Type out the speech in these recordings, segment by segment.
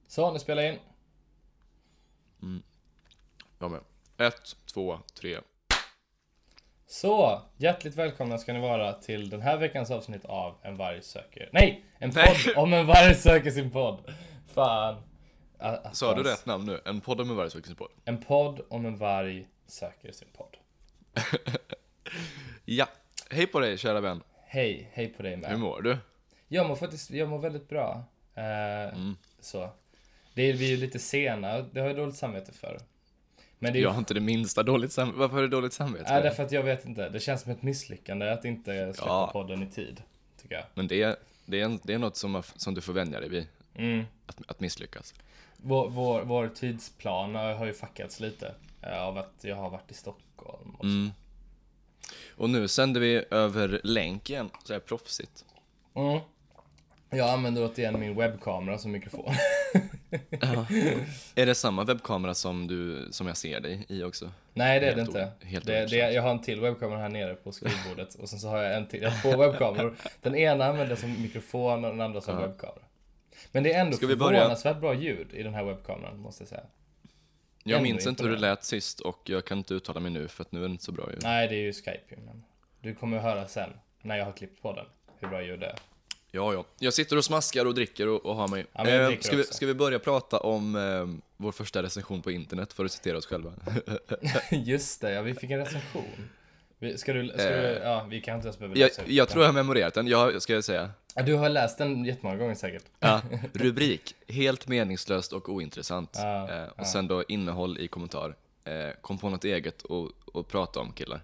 Så, nu spelar jag in. Jag med. 1, 2, 3. Så, hjärtligt välkomna ska ni vara till den här veckans avsnitt av En varg söker... Nej! En podd om en varg söker sin podd. Fan. Sa du rätt namn nu? En podd om en varg söker sin podd. En podd om en varg söker sin podd. Ja, hej på dig kära vän. Hej på dig med. Hur mår du? Jag mår väldigt bra. Så. Vi är ju lite sena, det har jag dåligt samvete för. Men det är ju... Jag har inte det minsta dåligt samvete. Varför har du dåligt samvete? Nej, därför att jag vet inte. Det känns som ett misslyckande att inte släppa podden i tid, tycker jag. Men det är något som du får vänja dig vid. Att misslyckas. Vår tidsplan har ju fuckats lite av att jag har varit i Stockholm och så. Och nu sänder vi över länken, så är proffsigt. Jag använder återigen min webbkamera som mikrofon. Ja. Är det samma webbkamera som jag ser dig i också? Nej, det är det inte. Jag har en till webbkamera här nere på skrivbordet. Och sen så har jag jag har två webbkameror. Den ena använder som mikrofon och den andra som webbkamera. Men det är ändå förvånansvärt bra ljud i den här webbkameran, måste jag säga. Jag minns inte hur det lät sist och jag kan inte uttala mig nu för att nu är det inte så bra ljud. Nej, det är ju Skype. Men du kommer att höra sen, när jag har klippt på den, hur bra ljud det är. Ja. Jag sitter och smaskar och dricker och har mig. Ja, ska vi börja prata om vår första recension på internet för att citera oss själva? Just det, vi fick en recension. Ska du vi kan inte ens behöva läsa jag tror jag har memorerat den, ska jag säga. Du har läst den jättemånga gånger säkert. Ja, rubrik, helt meningslöst och ointressant. Och sen då innehåll i kommentar. Kom på något eget och prata om, killar.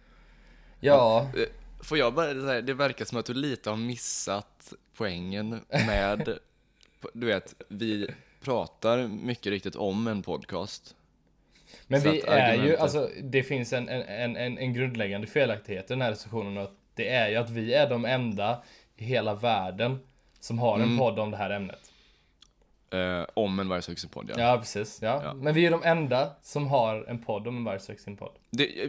Ja. Får jag bara säga, det verkar som att du lite har missat poängen med, du vet, vi pratar mycket riktigt om en podcast. Men vi är ju, alltså det finns en grundläggande felaktighet i den här recensionen, och det är ju att vi är de enda i hela världen som har en podd om det här ämnet. Om en varg söker sin podd, ja. Precis, ja. Men vi är de enda som har en podd om en varg söker sin podd.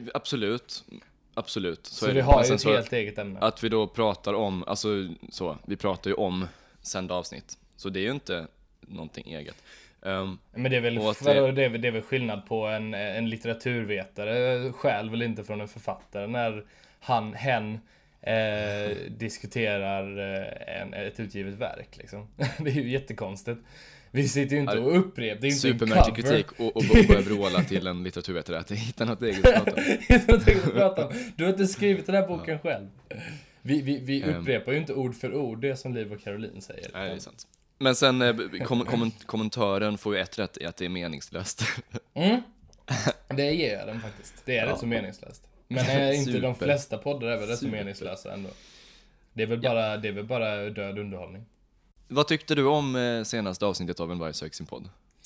Absolut. Så vi har ju ett helt eget ämne. Att vi då pratar om, vi pratar ju om sända avsnitt. Så det är ju inte någonting eget. Men det är väl skillnad på en litteraturvetare själv eller inte från en författare när hen diskuterar ett utgivet verk liksom. Det är ju jättekonstigt. Vi sitter ju inte och upprepar. Det är inte supermärklig kritik och börjar vråla till en litteraturvetare att hitta något eget att prata om. Du har inte skrivit den här boken själv. Vi upprepar ju inte ord för ord det som Liv och Caroline säger. Nej, det är sant. Men sen kommentaren får ju ett rätt i att det är meningslöst. Det ger jag den faktiskt. Det är rätt så meningslöst. Men inte de flesta poddar är väl rätt så meningslösa ändå. Det är väl bara död underhållning. Vad tyckte du om senaste avsnittet av En varg söker sin podd?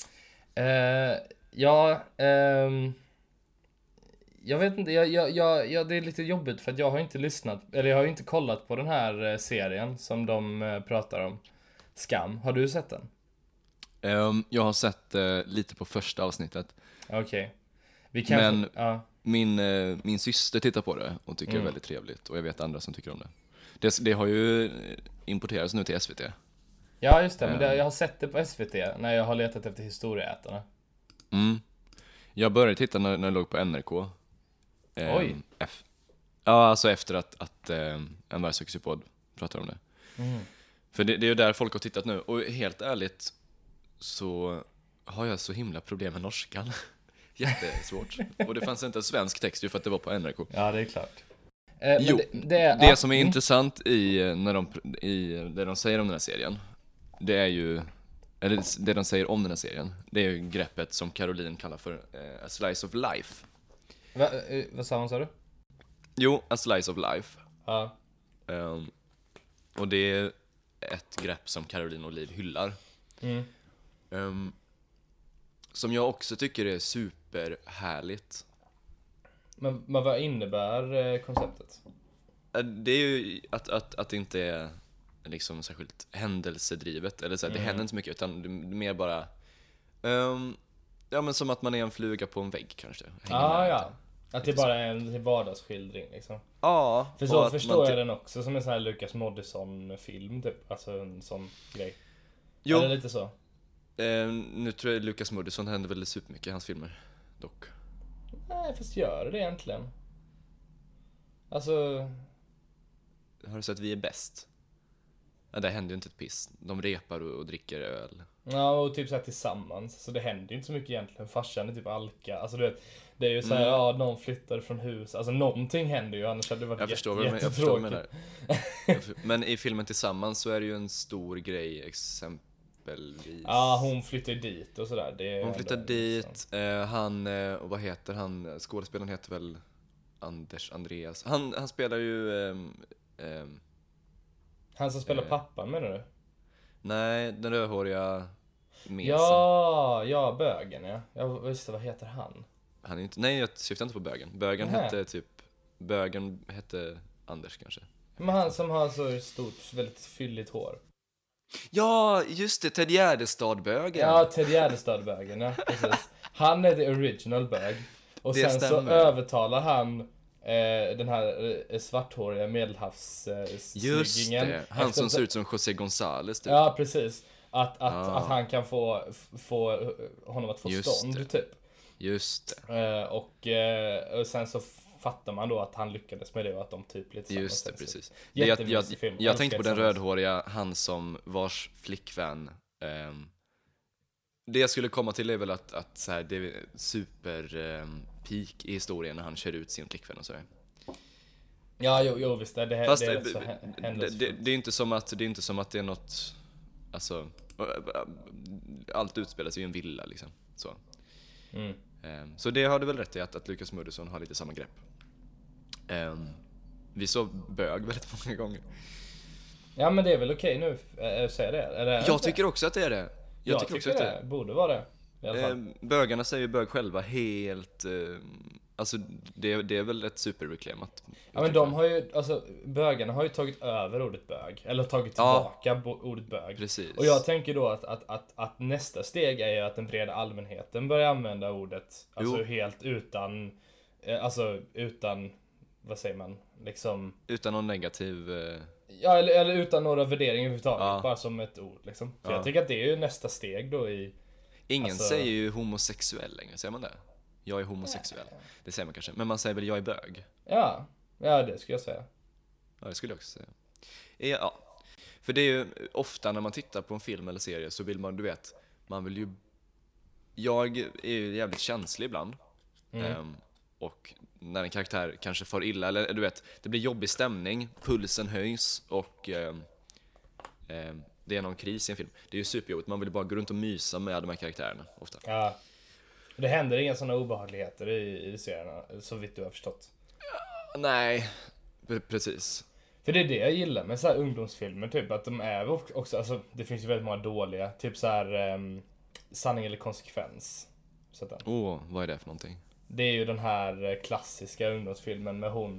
Jag vet inte, det är lite jobbigt för att jag har inte lyssnat, eller jag har inte kollat på den här serien som de pratar om. Skam, har du sett den? Jag har sett lite på första avsnittet. Okej. Men min syster tittar på det och tycker det är väldigt trevligt. Och jag vet andra som tycker om det. Det har ju importerats nu till SVT. Ja, just det, men jag har sett det på SVT när jag har letat efter historieätarna. Jag började titta när det låg på NRK. Oj. Alltså efter att En varg söker sin podd pratar om det. För det är ju där folk har tittat nu. Och helt ärligt så har jag så himla problem med norskan. Jättesvårt. Och det fanns inte en svensk text ju för att det var på NRK. Ja, det är klart. Det som är intressant i det de säger om den här serien, det är ju, eller det de säger om den här serien, det är ju greppet som Caroline kallar för a slice of life. Vad sa du? Jo, a slice of life. Ja. Och det är ett grepp som Caroline och Liv hyllar. Som jag också tycker är superhärligt. Men vad innebär konceptet? Det är ju att det inte är liksom särskilt händelsedrivet. Eller så här, det händer inte så mycket, utan det är mer bara men som att man är en fluga på en vägg kanske. Ja. Att det bara är en vardagsskildring liksom. Ja. För så förstår jag den också som en sån här Lucas Moodysson-film typ. Alltså en sån grej. Jo. Är det lite så? Nu tror jag Lukas Moodysson händer väldigt supermycket i hans filmer, dock. Nej, fast gör det egentligen. Alltså... Har du sett Vi är bäst? Ja, det händer ju inte ett piss. De repar och dricker öl. Ja, och typ såhär tillsammans. Så det händer ju inte så mycket egentligen. Farsan är typ alka. Alltså du vet, det är ju såhär, ja, någon flyttar från hus. Alltså någonting händer ju, annars hade det varit jättetråkigt. Men i filmen Tillsammans så är det ju en stor grej, exempelvis. Ja, hon flyttar dit och sådär. Hon flyttar dit, han, vad heter han? Skådespelaren heter väl Andreas. Han spelar ju... han som spelar pappan, menar du? Nej, den rödhåriga mesen. Ja, bögen, ja. Jag visste, vad heter han? Han är inte, nej, jag syftar inte på bögen. Bögen hette Anders kanske. Men han som har så stort, väldigt fylligt hår. Ja, just det, Ted Gärdestad-bögen. Ja, Ted Gärdestad-bögen, ja, precis. Han är the original bög. Och det sen stämmer. Så övertalar han den här svarthåriga medelhavssnyggingen. Just det, han som ser ut som José González typ. Ja, precis. Att han kan få honom att få stånd, typ. Just det. Och sen så fattar man då att han lyckades med det och att de typ lite samma. Just det, precis. Jag tänkte på den rödhåriga, han som vars flickvän. Det jag skulle komma till är väl att så här, det är super peak i historien när han kör ut sin flickvän och så. Ja, jo visst, det är så händelsefullt. Det är inte som att det är något, alltså allt utspelar sig i en villa liksom, så. Så det har du väl rätt i, att Lukas Moodysson har lite samma grepp. Vi såg bög väldigt många gånger. Ja, men det är väl okej nu att säga det? Eller jag tycker också att det är det. Jag tycker också att det borde vara det i alla fall. Bögarna säger bög själva helt... alltså det är väl ett superreklam. Ja, men de har ju, alltså bögarna har ju tagit över ordet bög. Eller tagit tillbaka ordet bög. Precis. Och jag tänker då att nästa steg är ju att den breda allmänheten börjar använda ordet. Alltså helt utan... Alltså utan... Vad säger man? Liksom... Utan någon negativ... Ja, eller utan några värderingar överhuvudtaget. Bara som ett ord liksom. För jag tycker att det är ju nästa steg då i... Ingen säger ju homosexuell längre, säger man det? Jag är homosexuell. Det säger man kanske. Men man säger väl jag är bög? Ja, det skulle jag säga. Ja, det skulle jag också säga. Ja, för det är ju ofta när man tittar på en film eller serie så vill man, du vet, man vill ju... Jag är ju jävligt känslig ibland. Och när en karaktär kanske får illa, eller du vet, det blir jobbig stämning, pulsen höjs och det är någon kris i en film. Det är ju superjobbigt, man vill bara gå runt och mysa med de här karaktärerna ofta. Ja, det händer inga sådana obehagligheter i serierna, så vitt du har förstått. Nej, precis. För det är det jag gillar med så här ungdomsfilmer, typ, att de är också, alltså det finns ju väldigt många dåliga, typ så här sanning eller konsekvens. Vad är det för någonting? Det är ju den här klassiska ungdomsfilmen med hon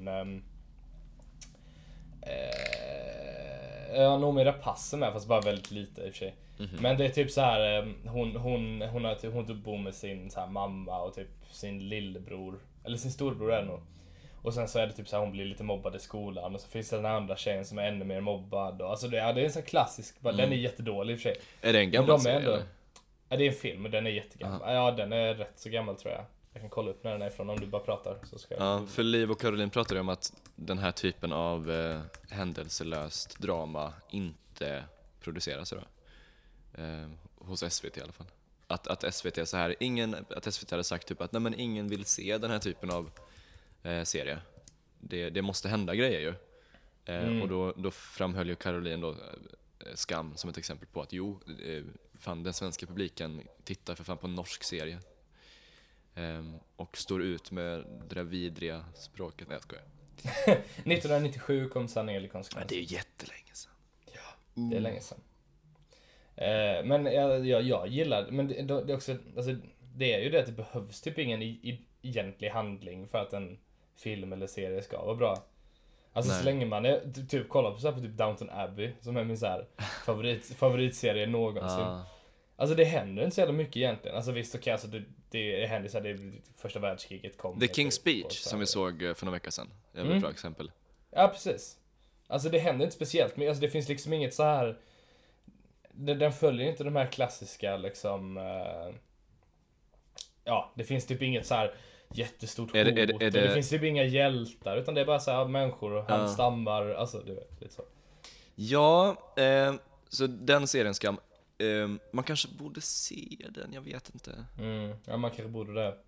Noomi Rapace med, fast bara väldigt lite i och för sig. Men det är typ så här hon bor med sin så här mamma och typ sin lillebror, eller sin storbror är det nog. Och sen så är det typ så här, hon blir lite mobbad i skolan, och så finns det den andra tjejen som är ännu mer mobbad, och alltså det är en sån här klassisk, den är jättedålig i och för sig. Är det en gammal serie? Ja, det är en film och den är jättegammal. Ja, den är rätt så gammal tror jag. Jag kan kolla upp när den är ifrån om du bara pratar, så ska jag... Ja, för Liv och Caroline pratade om att den här typen av händelselöst drama inte produceras idag. Hos SVT i alla fall. Att SVT är så här, att SVT hade sagt typ att nej, men ingen vill se den här typen av serie. Det måste hända grejer ju. Och då framhöll ju Caroline då Skam som ett exempel på att fan, den svenska publiken tittar för fan på en norsk serie. Och står ut med det där vidriga språket. Nej, jag skojar. 1997 kom Sanning eller konsekvens. Men det är ju jättelänge sedan. Ja, det är länge sedan. Men jag gillar, men det är också, alltså, det är ju det att det behövs typ ingen egentlig handling för att en film eller serie ska vara bra. Alltså så länge man typ kollar på så här på typ Downton Abbey, som är min så här favoritserie någonsin. Alltså det händer inte så jävla mycket egentligen. Alltså visst, okej, alltså det händer så här, det första världskriget kom. The King's Speech som vi såg för några veckor sedan. Det är ett bra exempel. Ja, precis. Alltså det händer inte speciellt, men alltså det finns liksom inget så här. den följer inte de här klassiska liksom... ja, det finns typ inget så här jättestort hot. Det finns typ inga hjältar, utan det är bara så här människor och han stammar, alltså du vet, lite så. Ja, så den serien ska... man kanske borde se den, jag vet inte. Ja, man kanske borde det.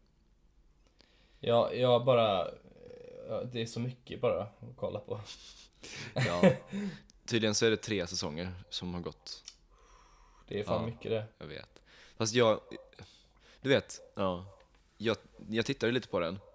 Jag bara... det är så mycket bara att kolla på. Ja, tydligen så är det 3 säsonger som har gått. Det är fan mycket det. Jag vet. Fast du vet, jag tittade lite på den.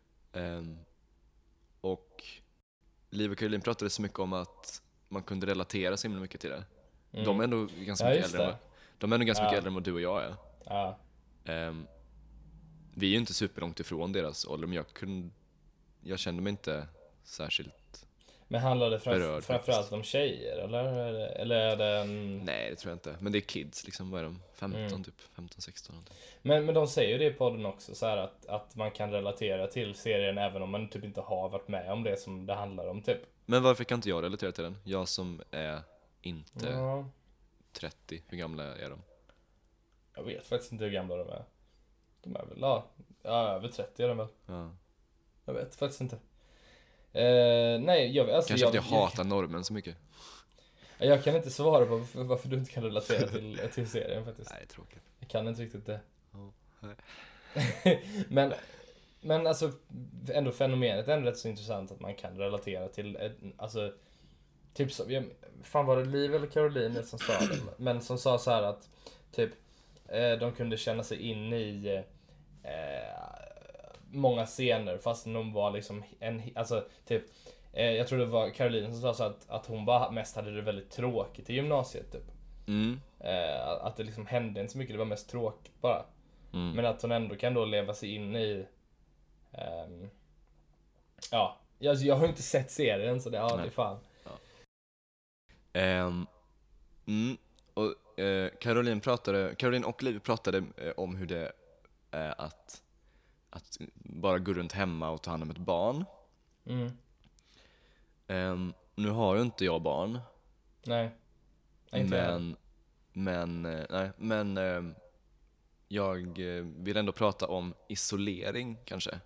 Och Liv och Caroline pratade så mycket om att man kunde relatera så himla mycket till det. De är ändå ganska mycket äldre. De är ändå ganska mycket äldre än vad du och jag är. Ja. Vi är ju inte superlångt ifrån deras ålder, men jag kände mig inte särskilt. Men handlar det framförallt om tjejer, eller är det en... Nej, det tror jag inte. Men det är kids liksom, vad är de? 15 typ, 15-16. Men de säger ju det i podden också, så här att man kan relatera till serien även om man typ inte har varit med om det som det handlar om typ. Men varför kan inte jag relatera till den? Jag som är inte 30, hur gamla är de? Jag vet faktiskt inte hur gamla de är. De är väl, över 30 är de väl. Ja. Jag vet faktiskt inte. Nej, kanske att jag hatar normen så mycket. Jag kan inte svara på varför du inte kan relatera till serien faktiskt. Nej, det är tråkigt. Jag kan inte riktigt det. Nej. men alltså ändå fenomenet är ändå rätt så intressant att man kan relatera till alltså typ så, fan var det Liv eller Caroline som sa det, men som sa så här att typ de kunde känna sig in i många scener fast de var liksom alltså typ jag tror det var Caroline som sa så att hon bara mest hade det väldigt tråkigt i gymnasiet typ. Att det liksom hände inte så mycket, det var mest tråkigt bara. Men att hon ändå kan då leva sig in i jag har inte sett serien så det är fan. Och Caroline och Liv pratade om hur det är att bara gå runt hemma och ta hand om ett barn. Nu har ju inte jag barn. Nej. Men jag vill ändå prata om isolering kanske.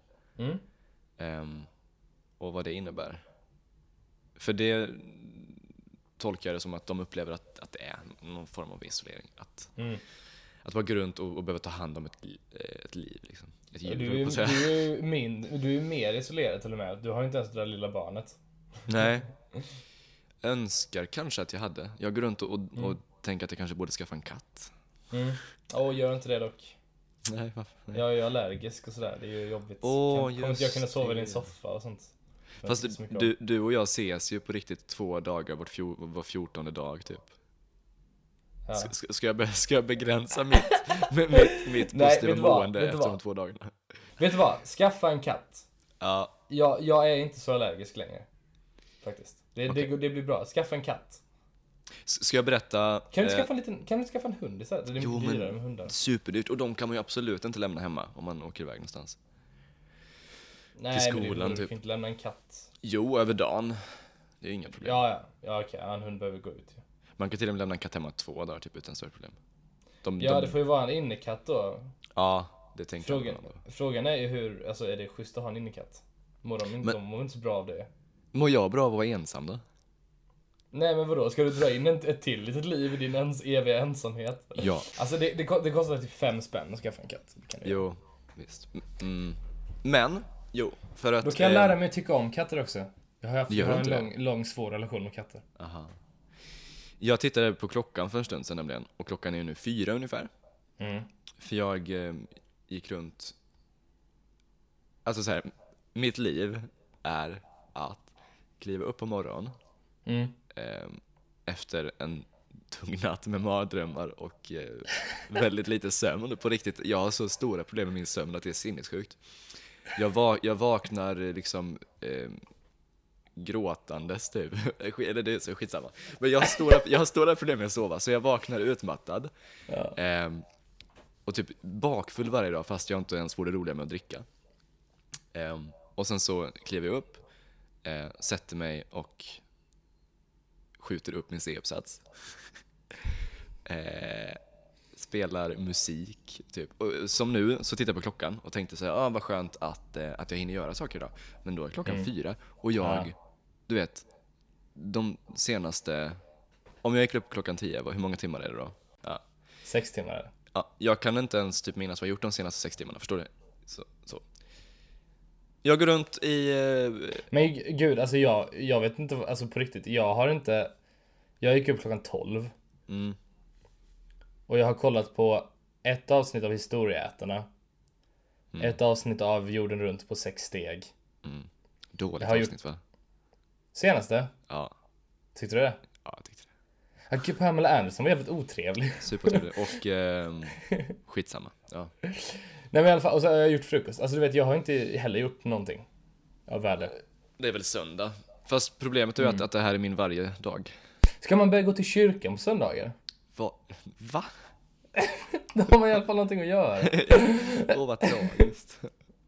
Och vad det innebär. För det tolkar det som att de upplever att det är någon form av isolering. Att bara gå runt och behöva ta hand om ett liv liksom. Ett djur, du är mer isolerad till och med. Du har inte ens det där lilla barnet. Nej. Önskar kanske att jag hade. Jag går runt och tänker att jag kanske borde skaffa en katt. Gör inte det dock. Nej, varför? Nej. Jag är allergisk och sådär. Det är ju jobbigt. Kommer inte jag kunna sova i din soffa och sånt. Fast du och jag ses ju på riktigt 2 dagar var 14:e dag typ. Ja. Ska jag begränsa mitt positiva mående efter de 2 dagarna? Vet du vad? Skaffa en katt. Ja. Jag är inte så allergisk längre. Faktiskt. Det blir bra. Skaffa en katt. Ska jag berätta? Kan du skaffa en hund istället? Det är mycket dyrare med hundar. Superdyrt. Och de kan man ju absolut inte lämna hemma om man åker iväg någonstans. Nej, till skolan, men du kan inte lämna en katt. Jo, över dagen. Det är inga problem. Ja, okej. En hund behöver gå ut. Ja. Man kan till och med lämna en katt hemma 2 dagar typ utan större problem. Det får ju vara en innekatt då. Ja, det tänkte jag. Frågan är ju hur, alltså är det schysst att ha en innekatt? De mår inte så bra av det. Mår jag bra av att vara ensam då? Nej, men vadå? Ska du dra in ett till litet liv i din eviga ensamhet? Ja. Alltså det kostar typ 5 spänn att skaffa en katt. Jo, visst. Men, för att... Då kan jag lära mig att tycka om katter också. Jag har en lång, svår relation med katter. Aha. Jag tittade på klockan för en stund sedan nämligen. Och klockan är ju nu 4 ungefär. För jag gick runt... Alltså så här, mitt liv är att kliva upp på morgonen. Efter en tung natt med mardrömmar och väldigt lite sömn. På riktigt, jag har så stora problem med min sömn att det är sinnessjukt. Jag vaknar liksom gråtandes typ. Eller det är så skitsamma. Men jag har stora problem med att sova. Så jag vaknar utmattad. Och typ bakfull varje dag fast jag inte ens får det roliga med att dricka. Och sen så kliver jag upp, sätter mig och skjuter upp min C-uppsats. spelar musik typ. Och som nu så tittar jag på klockan och tänkte så här, vad skönt att jag hinner göra saker idag. Men då är klockan 4 och jag, du vet, de senaste, om jag gick upp klockan 10, hur många timmar är det då? 6 timmar är det. Ja, jag kan inte ens typ minnas vad jag gjort de senaste 6 timmarna, förstår du? Så. Jag går runt i... Men gud, alltså jag vet inte, alltså på riktigt, jag gick upp klockan 12. Och jag har kollat på ett avsnitt av Historieätarna. Ett avsnitt av Jorden runt på 6 steg. Dåligt avsnitt, va? Senaste? Ja. Tyckte du det? Ja, jag tyckte det. Pamela Anderson var jävligt otrevlig. Supertrevlig. Och skitsamma. Ja. Nej, men i alla fall, och så har jag gjort frukost. Alltså du vet, jag har inte heller gjort någonting av värde. Det är väl söndag. Fast problemet är att det här är min varje dag. Ska man börja gå till kyrkan på söndagar? Va? Då har man i alla fall någonting att göra. Vad tragiskt.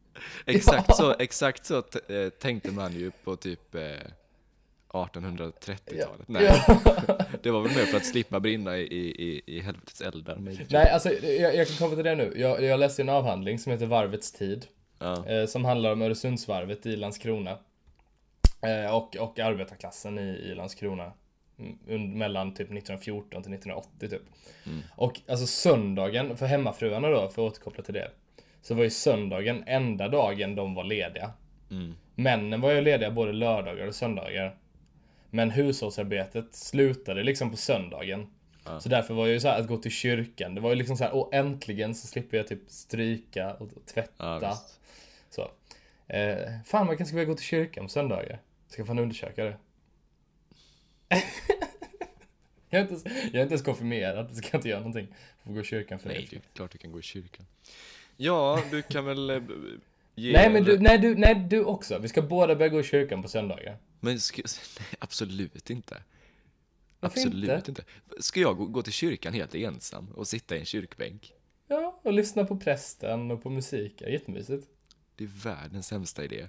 Exakt så tänkte man ju på typ 1830-talet. Nej. Det var väl mer för att slippa brinna i helvetets eldar. Nej, alltså jag kan komma till det nu. Jag läste en avhandling som heter Varvets tid. Som handlar om Öresundsvarvet i Landskrona. Och arbetarklassen i Landskrona. Mellan typ 1914 till 1980 typ. Och alltså söndagen, för hemmafruarna då, för att återkoppla till det, så var ju söndagen enda dagen de var lediga. Männen var ju lediga både lördagar och söndagar. Men hushållsarbetet slutade liksom på söndagen. Så därför var ju så här att gå till kyrkan, det var ju liksom så här, äntligen så slipper jag typ stryka och tvätta. Så. Fan, man kanske ska gå till kyrkan på söndagar. Ska fan undersöka det. Jag är inte ens konfirmerad, så kan jag inte göra någonting. Jag får gå i kyrkan för Nej, det är klart du kan gå i kyrkan. Ja, du kan väl ge... Nej, du också. Vi ska båda börja gå i kyrkan på söndagar. Men nej, absolut inte. Varför absolut inte? Ska jag gå till kyrkan helt ensam och sitta i en kyrkbänk? Ja, och lyssna på prästen och på musik. Jättemysigt. Det är världens sämsta idé.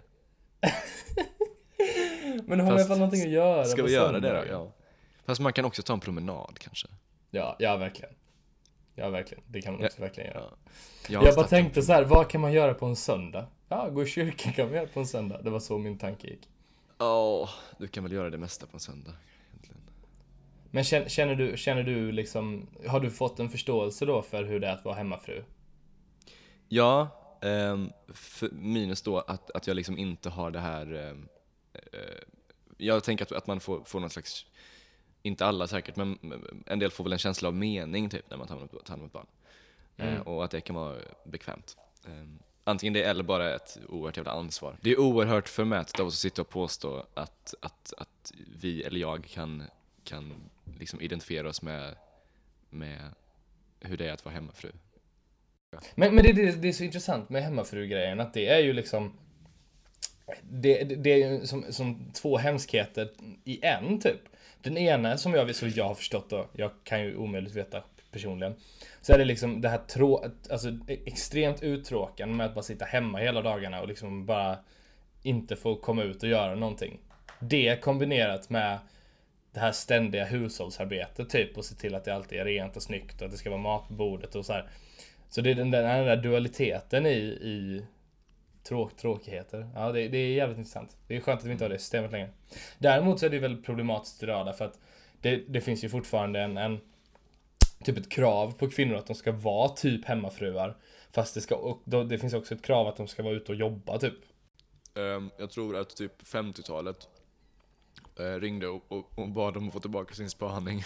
Men har jag någonting att göra? Ska vi göra det då? Ja. Fast man kan också ta en promenad kanske. Ja, verkligen. Ja, verkligen. Det kan man också verkligen göra. Ja. Jag bara tänkte så här, vad kan man göra på en söndag? Ja, gå i kyrkan kan man göra på en söndag. Det var så min tanke gick. Du kan väl göra det mesta på en söndag egentligen. Men känner du liksom, har du fått en förståelse då för hur det är att vara hemmafru? Ja, minus då att jag liksom inte har det här... jag tänker att man får någon slags, inte alla säkert, men en del får väl en känsla av mening typ när man tar hand om ett barn. Och att det kan vara bekvämt. Antingen det eller bara ett oerhört jävla ansvar. Det är oerhört förmätet av oss att sitta och påstå att vi eller jag kan liksom identifiera oss med hur det är att vara hemmafru. Men det är så intressant med hemmafru-grejen, att det är ju liksom det är ju som två hemskheter i en typ. Den ena som jag har förstått då, jag kan ju omöjligt veta personligen, så är det liksom det här alltså extremt uttråkande med att bara sitta hemma hela dagarna och liksom bara inte få komma ut och göra någonting. Det kombinerat med det här ständiga hushållsarbetet typ, och se till att det alltid är rent och snyggt och att det ska vara mat på bordet och så här. Så det är den där dualiteten i tråkigheter. Ja, det är jävligt intressant. Det är skönt att vi inte har det systemet längre. Däremot så är det väl problematiskt idag, därför att det finns ju fortfarande en typ ett krav på kvinnor att de ska vara typ hemmafruar. Fast det finns också ett krav att de ska vara ute och jobba typ. Jag tror att typ 50-talet ringde och bad dem att få tillbaka sin spaning.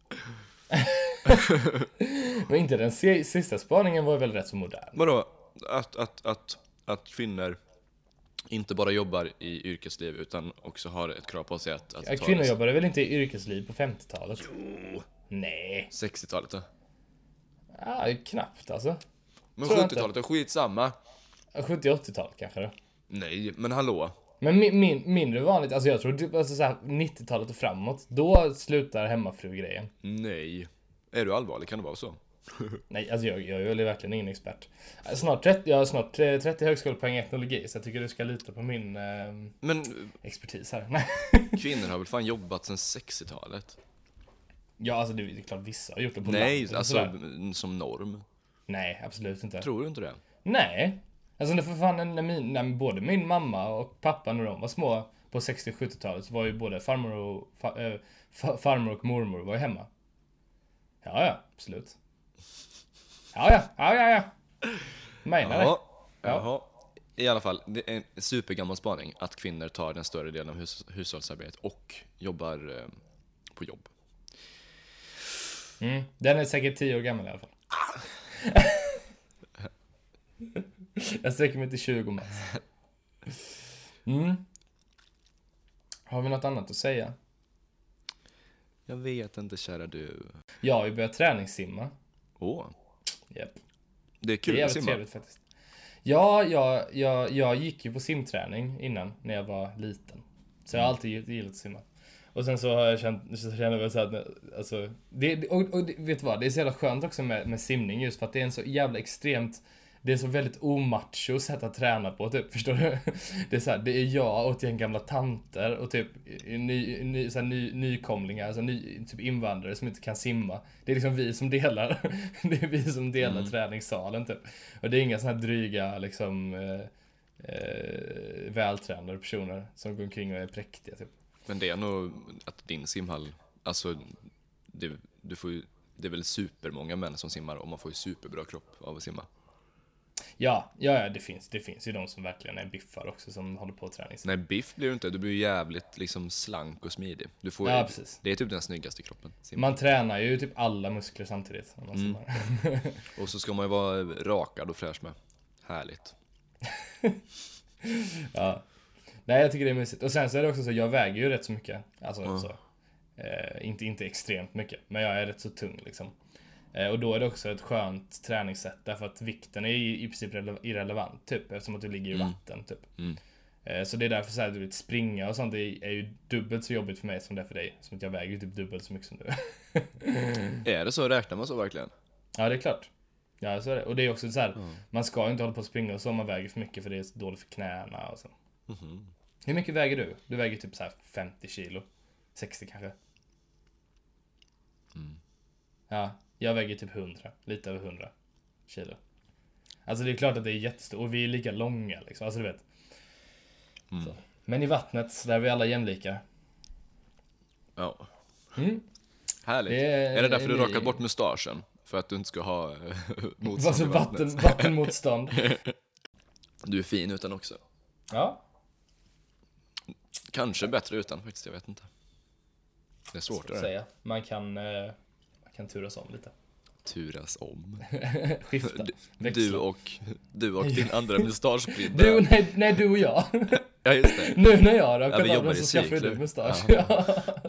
Men inte den sista spaningen var väl rätt så modern. Vadå? Att kvinnor inte bara jobbar i yrkesliv utan också har ett krav på sig att ja, kvinnor jobbade väl inte i yrkesliv på 50-talet? Jo. Nej. 60-talet då? Ja, knappt alltså. Men 70-talet är skitsamma. 70-80-talet kanske då? Nej, men hallå. Men mindre vanligt, alltså jag tror typ alltså så här 90-talet och framåt, då slutar hemmafru-grejen. Nej. Är du allvarlig? Kan det vara så? Nej, alltså jag är verkligen ingen expert. Jag har snart 30 högskolepoäng i etnologi, så jag tycker du ska lita på min expertis här. Kvinnor har väl fan jobbat sedan 60-talet? Ja, alltså det är klart vissa har gjort det på Nej, landet, alltså som norm. Nej, absolut inte. Tror du inte det? Nej. Alltså för fan, när både min mamma och pappa när de var små på 60-70-talet så var ju både farmor och mormor var ju hemma. Ja, absolut. Ja. Menar det. Jaha. I alla fall, det är en supergammal spaning att kvinnor tar den större delen av hushållsarbetet och jobbar på jobb. Den är säkert 10 år gammal i alla fall. Jag sträcker mig till 20 max. Har vi något annat att säga? Jag vet inte, kära du. Jag har ju börjat träningssimma. Yep. Det är kul att simma. Trevligt, faktiskt. Ja, jag gick ju på simträning innan när jag var liten. Så jag har alltid gillat att simma. Och sen så har jag känner väl så att alltså, vet du vad, det är så jävla skönt också med simning just för att det är en så jävla extremt, det är så väldigt omacho sätt att träna på typ, förstår du? Det är så här, det är jag och en gamla tanter och typ nykomlingar, alltså typ invandrare som inte kan simma. Det är liksom vi som delar träningssalen typ. Och det är inga såna här dryga liksom vältränade personer som går omkring och är präktiga typ. Men det är nog att din simhall, alltså det är väl supermånga män som simmar och man får ju superbra kropp av att simma. Ja, det finns ju de som verkligen är biffar också som håller på träning. Nej, biff blir du inte, du blir ju jävligt liksom slank och smidig. Du får precis. Det är typ den snyggaste kroppen. Man tränar ju typ alla muskler samtidigt om man simmar. Och så ska man ju vara rakad och fräsch med. Härligt. Ja. Nej, jag tycker det är mysigt. Och sen så är det också så, jag väger ju rätt så mycket. Alltså så, inte extremt mycket, men jag är rätt så tung liksom. Och då är det också ett skönt träningssätt därför att vikten är i princip irrelevant typ, eftersom att du ligger i vatten typ. Så det är därför så här, du vet, springa och sånt är ju dubbelt så jobbigt för mig som det är för dig, som att jag väger ju typ dubbelt så mycket som du. Är det så? Räknar man så verkligen? Ja, det är klart. Ja, så är det. Och det är också så här, man ska ju inte hålla på att springa och så om man väger för mycket, för det är så dåligt för knäna och så. Hur mycket väger du? Du väger typ så här 50 kilo. 60 kanske. Ja, jag väger typ 100. Lite över 100 kilo. Alltså det är klart att det är jättestort. Och vi är lika långa liksom. Alltså du vet. Så. Men i vattnet, där är vi alla jämlika. Ja. Härligt. Är det därför du rakat bort mustaschen? För att du inte ska ha motstånd i vattnet? Vattenmotstånd. Du är fin utan också. Ja. Kanske bättre utan faktiskt, jag vet inte. Det är svårt att säga. Man kan turas om lite. Turas om. Skifta. Du och din andra mustaschbrydda. Nej, du och jag. Ja, just det. Nu när jag har rakat av den så skaffar du mustasch. Ja.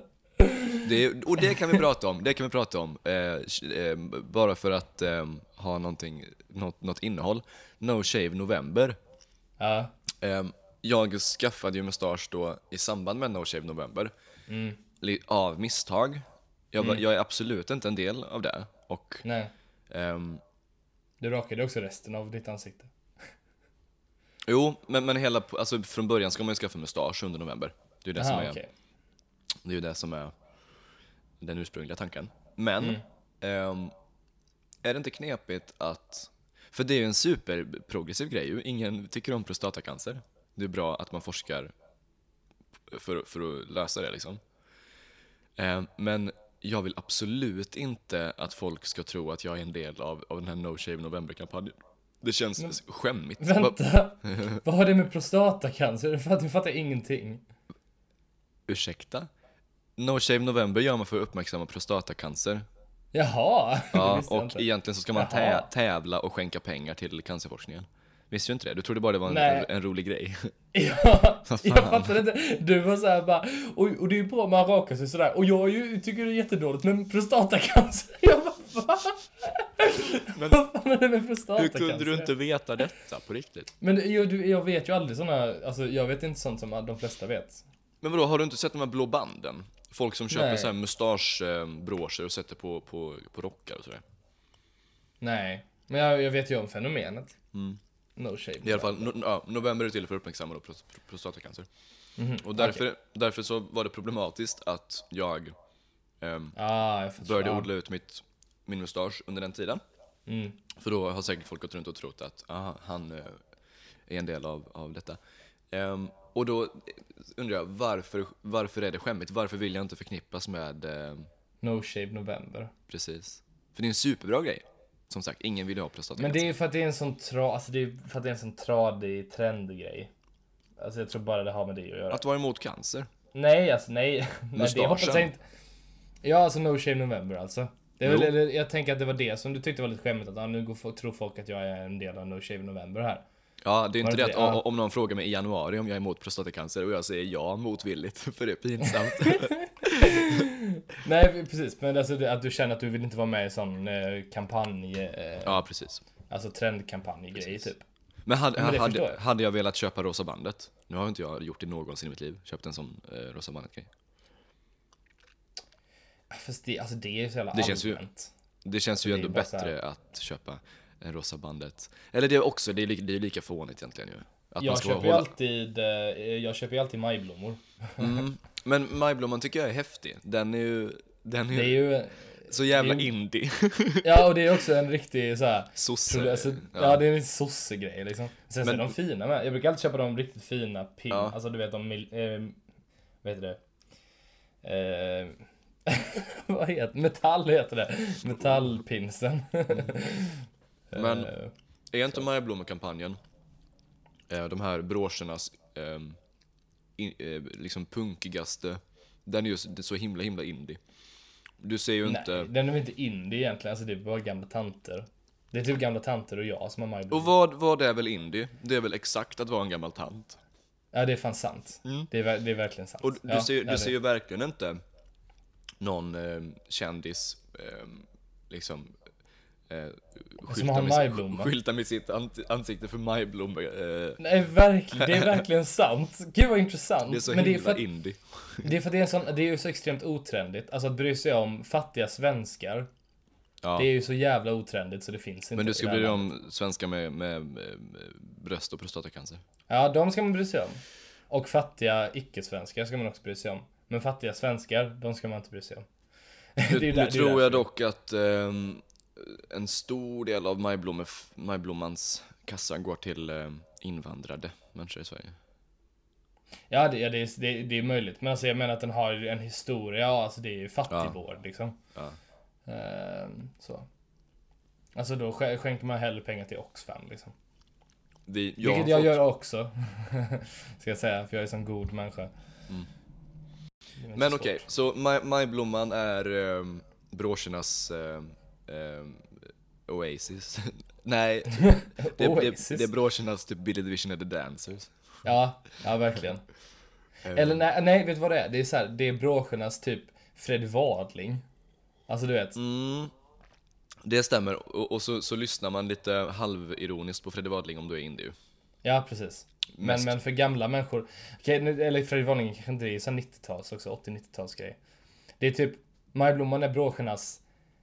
Det kan vi prata om. Bara för att ha något innehåll. No Shave November. Ja. Jag skaffade ju mustasch då i samband med No Shave November. Av misstag. Jag är absolut inte en del av det. Och, nej. Du rakade också resten av ditt ansikte. Jo, men hela, alltså från början ska man ju skaffa mustasch under november. Det är ju det som är. Okay. Det är ju det som är den ursprungliga tanken. Men är det inte knepigt att, för det är ju en superprogressiv grej ju. Ingen tycker om prostatacancer. Det är bra att man forskar för att lösa det liksom. Men jag vill absolut inte att folk ska tro att jag är en del av den här No Shave November-kampanjen. Det känns skämmigt. Vänta, vad har det med prostatacancer? Du fattar ingenting. Ursäkta? No Shave November gör man för att uppmärksamma prostatacancer. Jaha. Ja, och egentligen så ska man tävla och skänka pengar till cancerforskningen. Visste du inte det? Du trodde bara det var en rolig grej. Ja, jag fattar inte. Du var så här bara, och det är ju bra man rakar sig sådär. Och jag tycker det är jättedåligt, men prostatacancer. Jag bara, va? Men vad fan är det med prostatacancer? Hur kunde du inte veta detta på riktigt? Men jag vet ju aldrig såna, alltså jag vet inte sånt som de flesta vet. Men vadå, har du inte sett de här blå banden? Folk som köper så här mustaschbroscher och sätter på rockar och sådär. Nej, men jag vet ju om fenomenet. No shave. I alla fall, november är till för att uppmärksamma prostatacancer. Och därför så var det problematiskt att jag Började odla ut min mustasch under den tiden. För då har säkert folk gått runt och trott att han är en del av detta. Och då undrar jag, varför är det skämmigt? Varför vill jag inte förknippas med No Shave November? Precis. För det är en superbra grej. Som sagt, ingen vill ha prostatacancer. Men det är för att det är en sån tradig trendgrej. Alltså jag tror bara det har med det att göra. Att vara emot cancer? Nej, nej, det hoppas jag inte. Ja, alltså No Shave November alltså. Det är väl, jag tänker att det var det som du tyckte var lite skämmigt, att nu tror folk att jag är en del av No Shave November här. Ja, det är inte det att om någon frågar mig i januari om jag är emot prostatacancer och jag säger ja motvilligt, för det är pinsamt. Nej, precis. Men alltså att du känner att du vill inte vara med i sån kampanj. Ja, precis. Alltså trendkampanj-grej typ. Men hade jag velat köpa Rosa bandet? Nu har inte jag gjort det någonsin i mitt liv. Köpt en sån Rosa bandet-grej. Fast det är ju så jävla allmänt. Det känns ju ändå bättre att köpa en Rosa bandet. Eller det är också, det är lika fånigt egentligen ju. Att jag köper ju alltid majblommor. Men majblomman tycker jag är häftig. Den är ju så jävla indie. Ja, och det är också en riktig så här sosse. Alltså, ja, det är en sosse-grej liksom. Sen är de fina med. Jag brukar alltid köpa de riktigt fina alltså du vet de vad heter det? Vad heter metall heter det. Metallpinsen. Men är inte majblommekampanjen de här broschernas liksom punkigaste, den är ju så himla indie. Du ser ju inte. Nej, den är inte indie egentligen, alltså det är bara gamla tanter. Det är typ gamla tanter och jag som har majblommor. Och vad är väl indie? Det är väl exakt att vara en gammal tant. Ja, det är fan sant. Det är verkligen sant. Och du ser ju verkligen inte någon kändis liksom skylta med sitt ansikte för majblommor. Nej, verkligen, det är verkligen sant. Gud vad intressant. Det är så men himla indie. Det är för att det är ju så extremt otrendigt. Alltså att bry sig om fattiga svenskar. Ja. Det är ju så jävla otrendigt så det finns inte. Men du ska bry dig om svenskar med bröst och prostatacancer. Ja, de ska man bry sig om. Och fattiga icke-svenskar ska man också bry sig om. Men fattiga svenskar, de ska man inte bry sig om. Nu tror jag dock att en stor del av majblommans kassa går till invandrade människor i Sverige. Ja, det är möjligt. Men alltså jag menar att den har en historia. Alltså det är ju fattigvård liksom. Ja. Så. Alltså då skänker man hellre pengar till Oxfam liksom. Vilket jag gör också. Ska jag säga, för jag är en sån god människa. Men okej, så majblomman är broschernas Oasis. Nej, det är broschernas typ Billy the Vision and the Dancers. Ja, verkligen. Eller nej, vet du vad det är? Det är så här, det är broschernas typ Fred Wadling. Alltså du vet. Det stämmer, och så lyssnar man lite halvironiskt på Fred Wadling om du är indie. Ja, precis. Men för gamla människor, eller Fred Wadling kanske inte är så 90-tals också, 80-90-tals grej. Det är typ majblomman är broschernas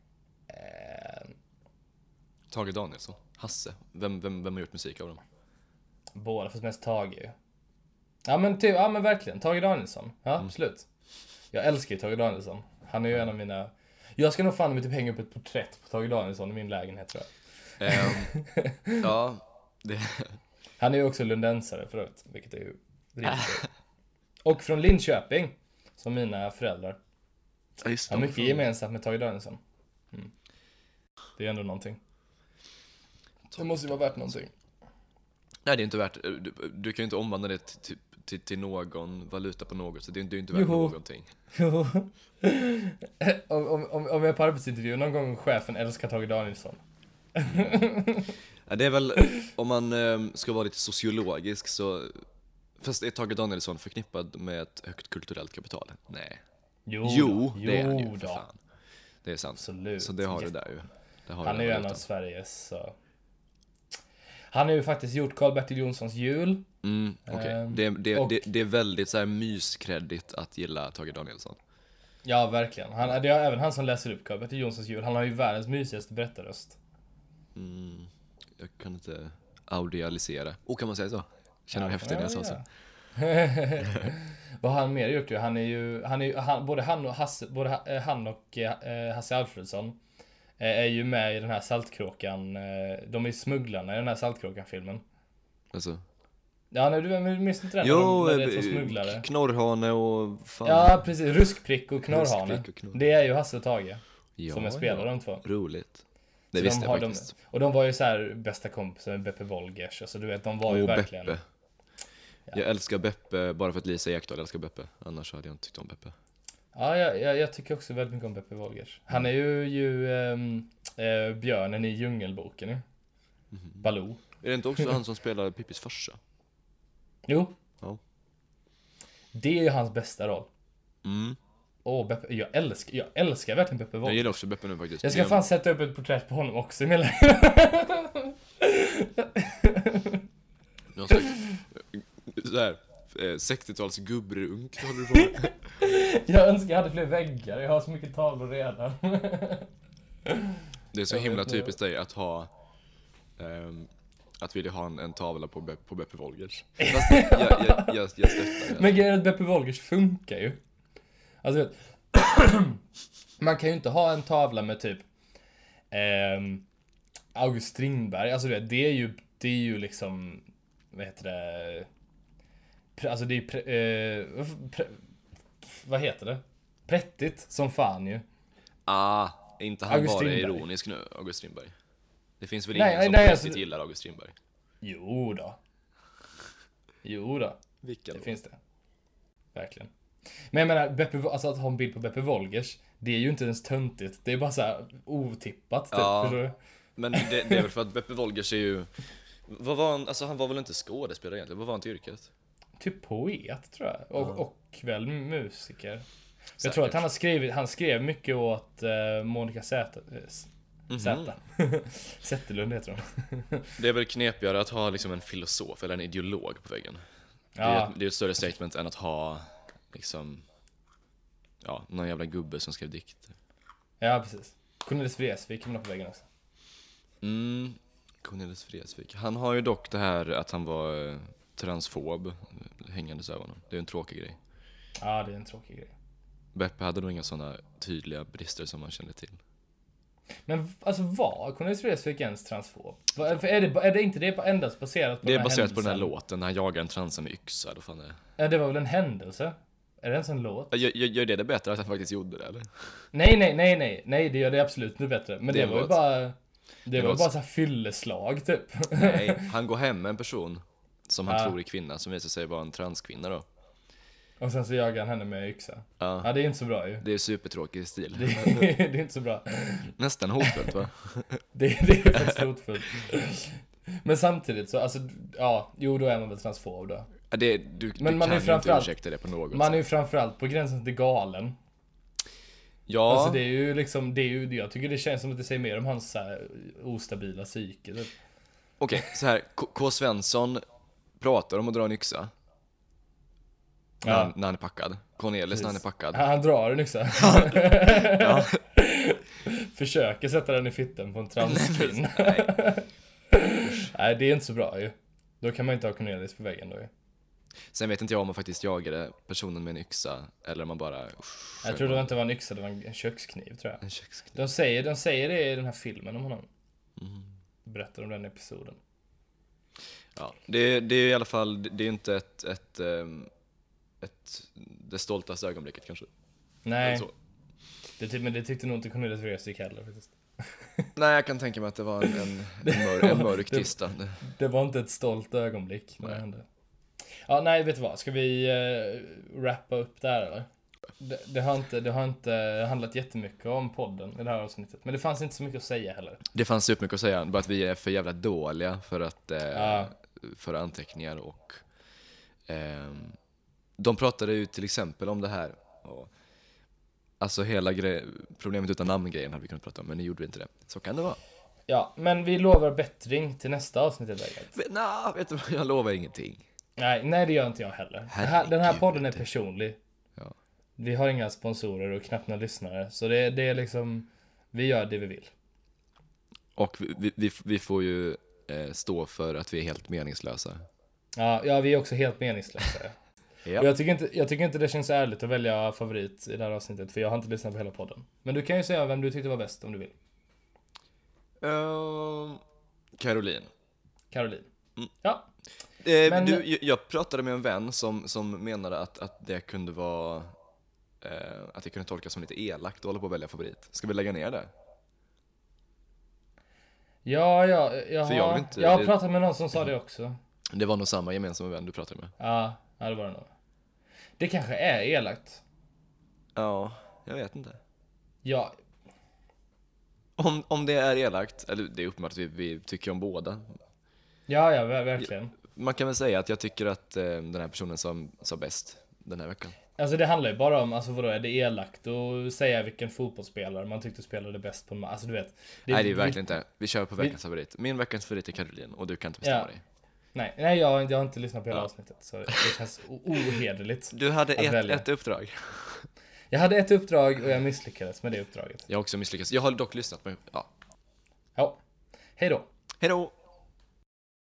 Tage Danielsson, Hasse. Vem har gjort musik av dem? Båda, fast mest Tage. Ja men verkligen, Tage Danielsson. Ja, absolut. Jag älskar ju Tage Danielsson. Han är ju en av mina. Jag ska nog fan med typ hänga upp ett porträtt på Tage Danielsson i min lägenhet, tror jag. Ja, Han är ju också lundensare förut, vilket är ju riktigt. Och från Linköping, som mina föräldrar. Har mycket gemensamt med Tage Danielsson. Det är ändå någonting. Det måste ju vara värt någonting. Nej, det är inte värt. Du kan ju inte omvandla det till någon valuta på något, så det är inte värt någonting. Jo. Om jag är på arbetsintervju någon gång, chefen älskar Tage Danielsson. Ja, det är väl, om man ska vara lite sociologisk så. Fast är Tage Danielsson förknippad med ett högt kulturellt kapital? Nej. Jo, det är han ju, för fan. Det är sant. Absolut. Så det har det där ju. Han är ju en av Sveriges så. Han har ju faktiskt gjort Karl-Bertil Jonssons jul. Okay. Det är väldigt så här myskreddigt att gilla Tage Danielsson. Ja, verkligen. Det är även han som läser upp Karl-Bertil Jonssons jul. Han har ju världens mysigaste berättarröst. Jag kan inte audialisera. Kan man säga så? Känner mig häftig när jag sa så. Vad har han mer gjort ju? Både han och Hasse Alfredson är ju med i den här Saltkråkan. De är smugglarna i den här Saltkråkan-filmen. Alltså. Ja, nej, du minns inte den? Jo, det är två smugglare. Knorrhane och fan. Ja, precis. Ruskprick och Knorrhane. Det är ju Hasse och Tage som är spelare de två. Roligt. Det visste jag faktiskt. Och de var ju så här bästa kompisar med Beppe Wolgers. Alltså du vet, de var ju verkligen... Beppe. Ja. Jag älskar Beppe bara för att Lisa Ekdahl älskar Beppe. Annars hade jag inte tyckt om Beppe. Ja, jag tycker också väldigt mycket om Beppe Wolgers. Han är ju björnen i Djungelboken ju. Baloo. Är det inte också han som spelar Pippis farsa? Jo. Ja. Det är ju hans bästa roll. Beppe, jag älskar verkligen Beppe Wolgers. Jag gillar också Beppe nu faktiskt. Jag ska fan sätta upp ett porträtt på honom också i min Någon slags såhär 60-tals gubbrunk håller du på med. Jag önskar jag hade fler väggar. Jag har så mycket tavlor redan. Det är så himla typiskt dig att ha att vilja ha en tavla på Beppe Wolgers. Fast jag stöttar. Men grejen är att Beppe Wolgers funkar ju. Alltså man kan ju inte ha en tavla med typ August Strindberg. Alltså det är ju liksom, vad heter det? Alltså det är vad heter det? Prättigt som fan ju. Inte han August bara Strindberg. Ironisk nu, August Strindberg. Det finns väl ingen som riktigt gillar August Strindberg. Jo då. Vilka det då? Finns det. Verkligen. Men jag menar, alltså att ha en bild på Beppe Wolgers, det är ju inte ens töntigt. Det är bara så här otippat typ. Ja, men det är väl för att Beppe Wolgers är ju... Vad var han? Alltså han var väl inte skådespelare egentligen? Vad var han till yrket? Typ poet tror jag. Och väl musiker. Säkert. Jag tror att han skrev mycket åt Monica Zetterlund heter hon. Det är väl knepigare att ha liksom en filosof eller en ideolog på väggen. Ja. Det är ett större statement än att ha liksom någon jävla gubbe som skrev dikter. Ja, precis. Cornelis Vreeswijk kan man ha på väggen också. Cornelis Vreeswijk. Han har ju dock det här att han var transfob hängandes över honom. Det är en tråkig grej. Ja, det är en tråkig grej. Beppe hade nog inga sådana tydliga brister som man kände till. Men alltså var Cornelis Vreeswijk ens transfob? Är det inte det endast baserat på det den här baserat händelsen? på den här låten när han jagar en transa med yxa. Då fan Ja, det var väl en händelse? Är det en sån låt? Gör det bättre att han faktiskt gjorde det, eller? Nej, det gör det absolut inte bättre. Men det var ju bara... Det var bara så här fylleslag typ. Nej, han går hem med en person som han tror är kvinna, som visar sig vara en transkvinna då. Och sen så jagar han henne med yxa. Ja, det är inte så bra ju. Det är supertråkig stil. Det är inte så bra. Nästan hotfullt, va? det är faktiskt hotfullt. Men samtidigt så, alltså, då är man väl transfob då. Ja, du kan ju inte ursäkta det på något sätt. Man är ju framförallt på gränsen till galen. Ja. Alltså det är ju liksom, jag tycker det känns som att det säger mer om hans så här ostabila psyke. Typ. Okej, så här, K. Svensson pratar om att dra en yxa. När han är packad. Cornelis när han är packad. Han drar en yxa. Försöker sätta den i fitten på en transkvinna. Nej, det är inte så bra ju. Då kan man inte ha Cornelis på väggen då ju. Sen vet inte jag om man faktiskt jagade personen med en yxa eller om man bara... Jag tror det inte var en yxa, det var en kökskniv tror jag. En kökskniv. De säger det i den här filmen om honom. Berättar om den episoden. Ja, det är i alla fall, det är inte ett det stoltaste ögonblicket kanske. Nej. Men det tyckte nog inte Cornelis Vreeswijk heller faktiskt. Nej, jag kan tänka mig att det var en mörk tisdag. Det var inte ett stolt ögonblick när det hände. Ja, nej, vet du vad? Ska vi wrappa upp där eller? Det har inte handlat jättemycket om podden i det här avsnittet. Men det fanns inte så mycket att säga heller. Det fanns supermycket att säga, bara att vi är för jävla dåliga för anteckningar och de pratade ju till exempel om det här och, alltså hela problemet utan namngrejen hade vi kunnat prata om, men ni gjorde inte det. Så kan det vara. Ja, men vi lovar bättring till nästa avsnitt i läget. Nej, vet du vad, jag lovar ingenting. Nej, det gör inte jag heller. Den här podden är personlig. Ja. Vi har inga sponsorer och knappt några lyssnare. Så det är liksom, vi gör det vi vill. Och vi får ju stå för att vi är helt meningslösa. Ja, vi är också helt meningslösa. Ja. Jag tycker inte det känns ärligt att välja favorit i det här avsnittet, för jag har inte lyssnat på hela podden. Men du kan ju säga vem du tyckte var bäst om du vill. Caroline. Ja. Jag pratade med en vän som menade att det kunde vara att det kunde tolkas som lite elakt att hålla på att välja favorit. Ska vi lägga ner det? Ja. Jag har pratat med någon som sa det också. Det var nog samma gemensamma vän du pratade med. Ja, det var det nog. Det kanske är elakt. Ja, jag vet inte. Ja. Om det är elakt, eller det är uppenbart att vi tycker om båda. Ja, verkligen. Man kan väl säga att jag tycker att den här personen som sa bäst den här veckan. Alltså det handlar ju bara om, alltså vadå, är det elakt att säga vilken fotbollsspelare man tyckte spelade bäst på en match? Alltså du vet. Nej, det är verkligen inte. Vi kör på veckans favorit. Min veckans favorit är Caroline och du kan inte bestämma dig. Nej, jag har inte lyssnat på hela avsnittet, så det känns ohederligt. Du hade ett uppdrag. Jag hade ett uppdrag och jag misslyckades med det uppdraget. Jag har också misslyckats. Jag har dock lyssnat på... Ja. Hej då.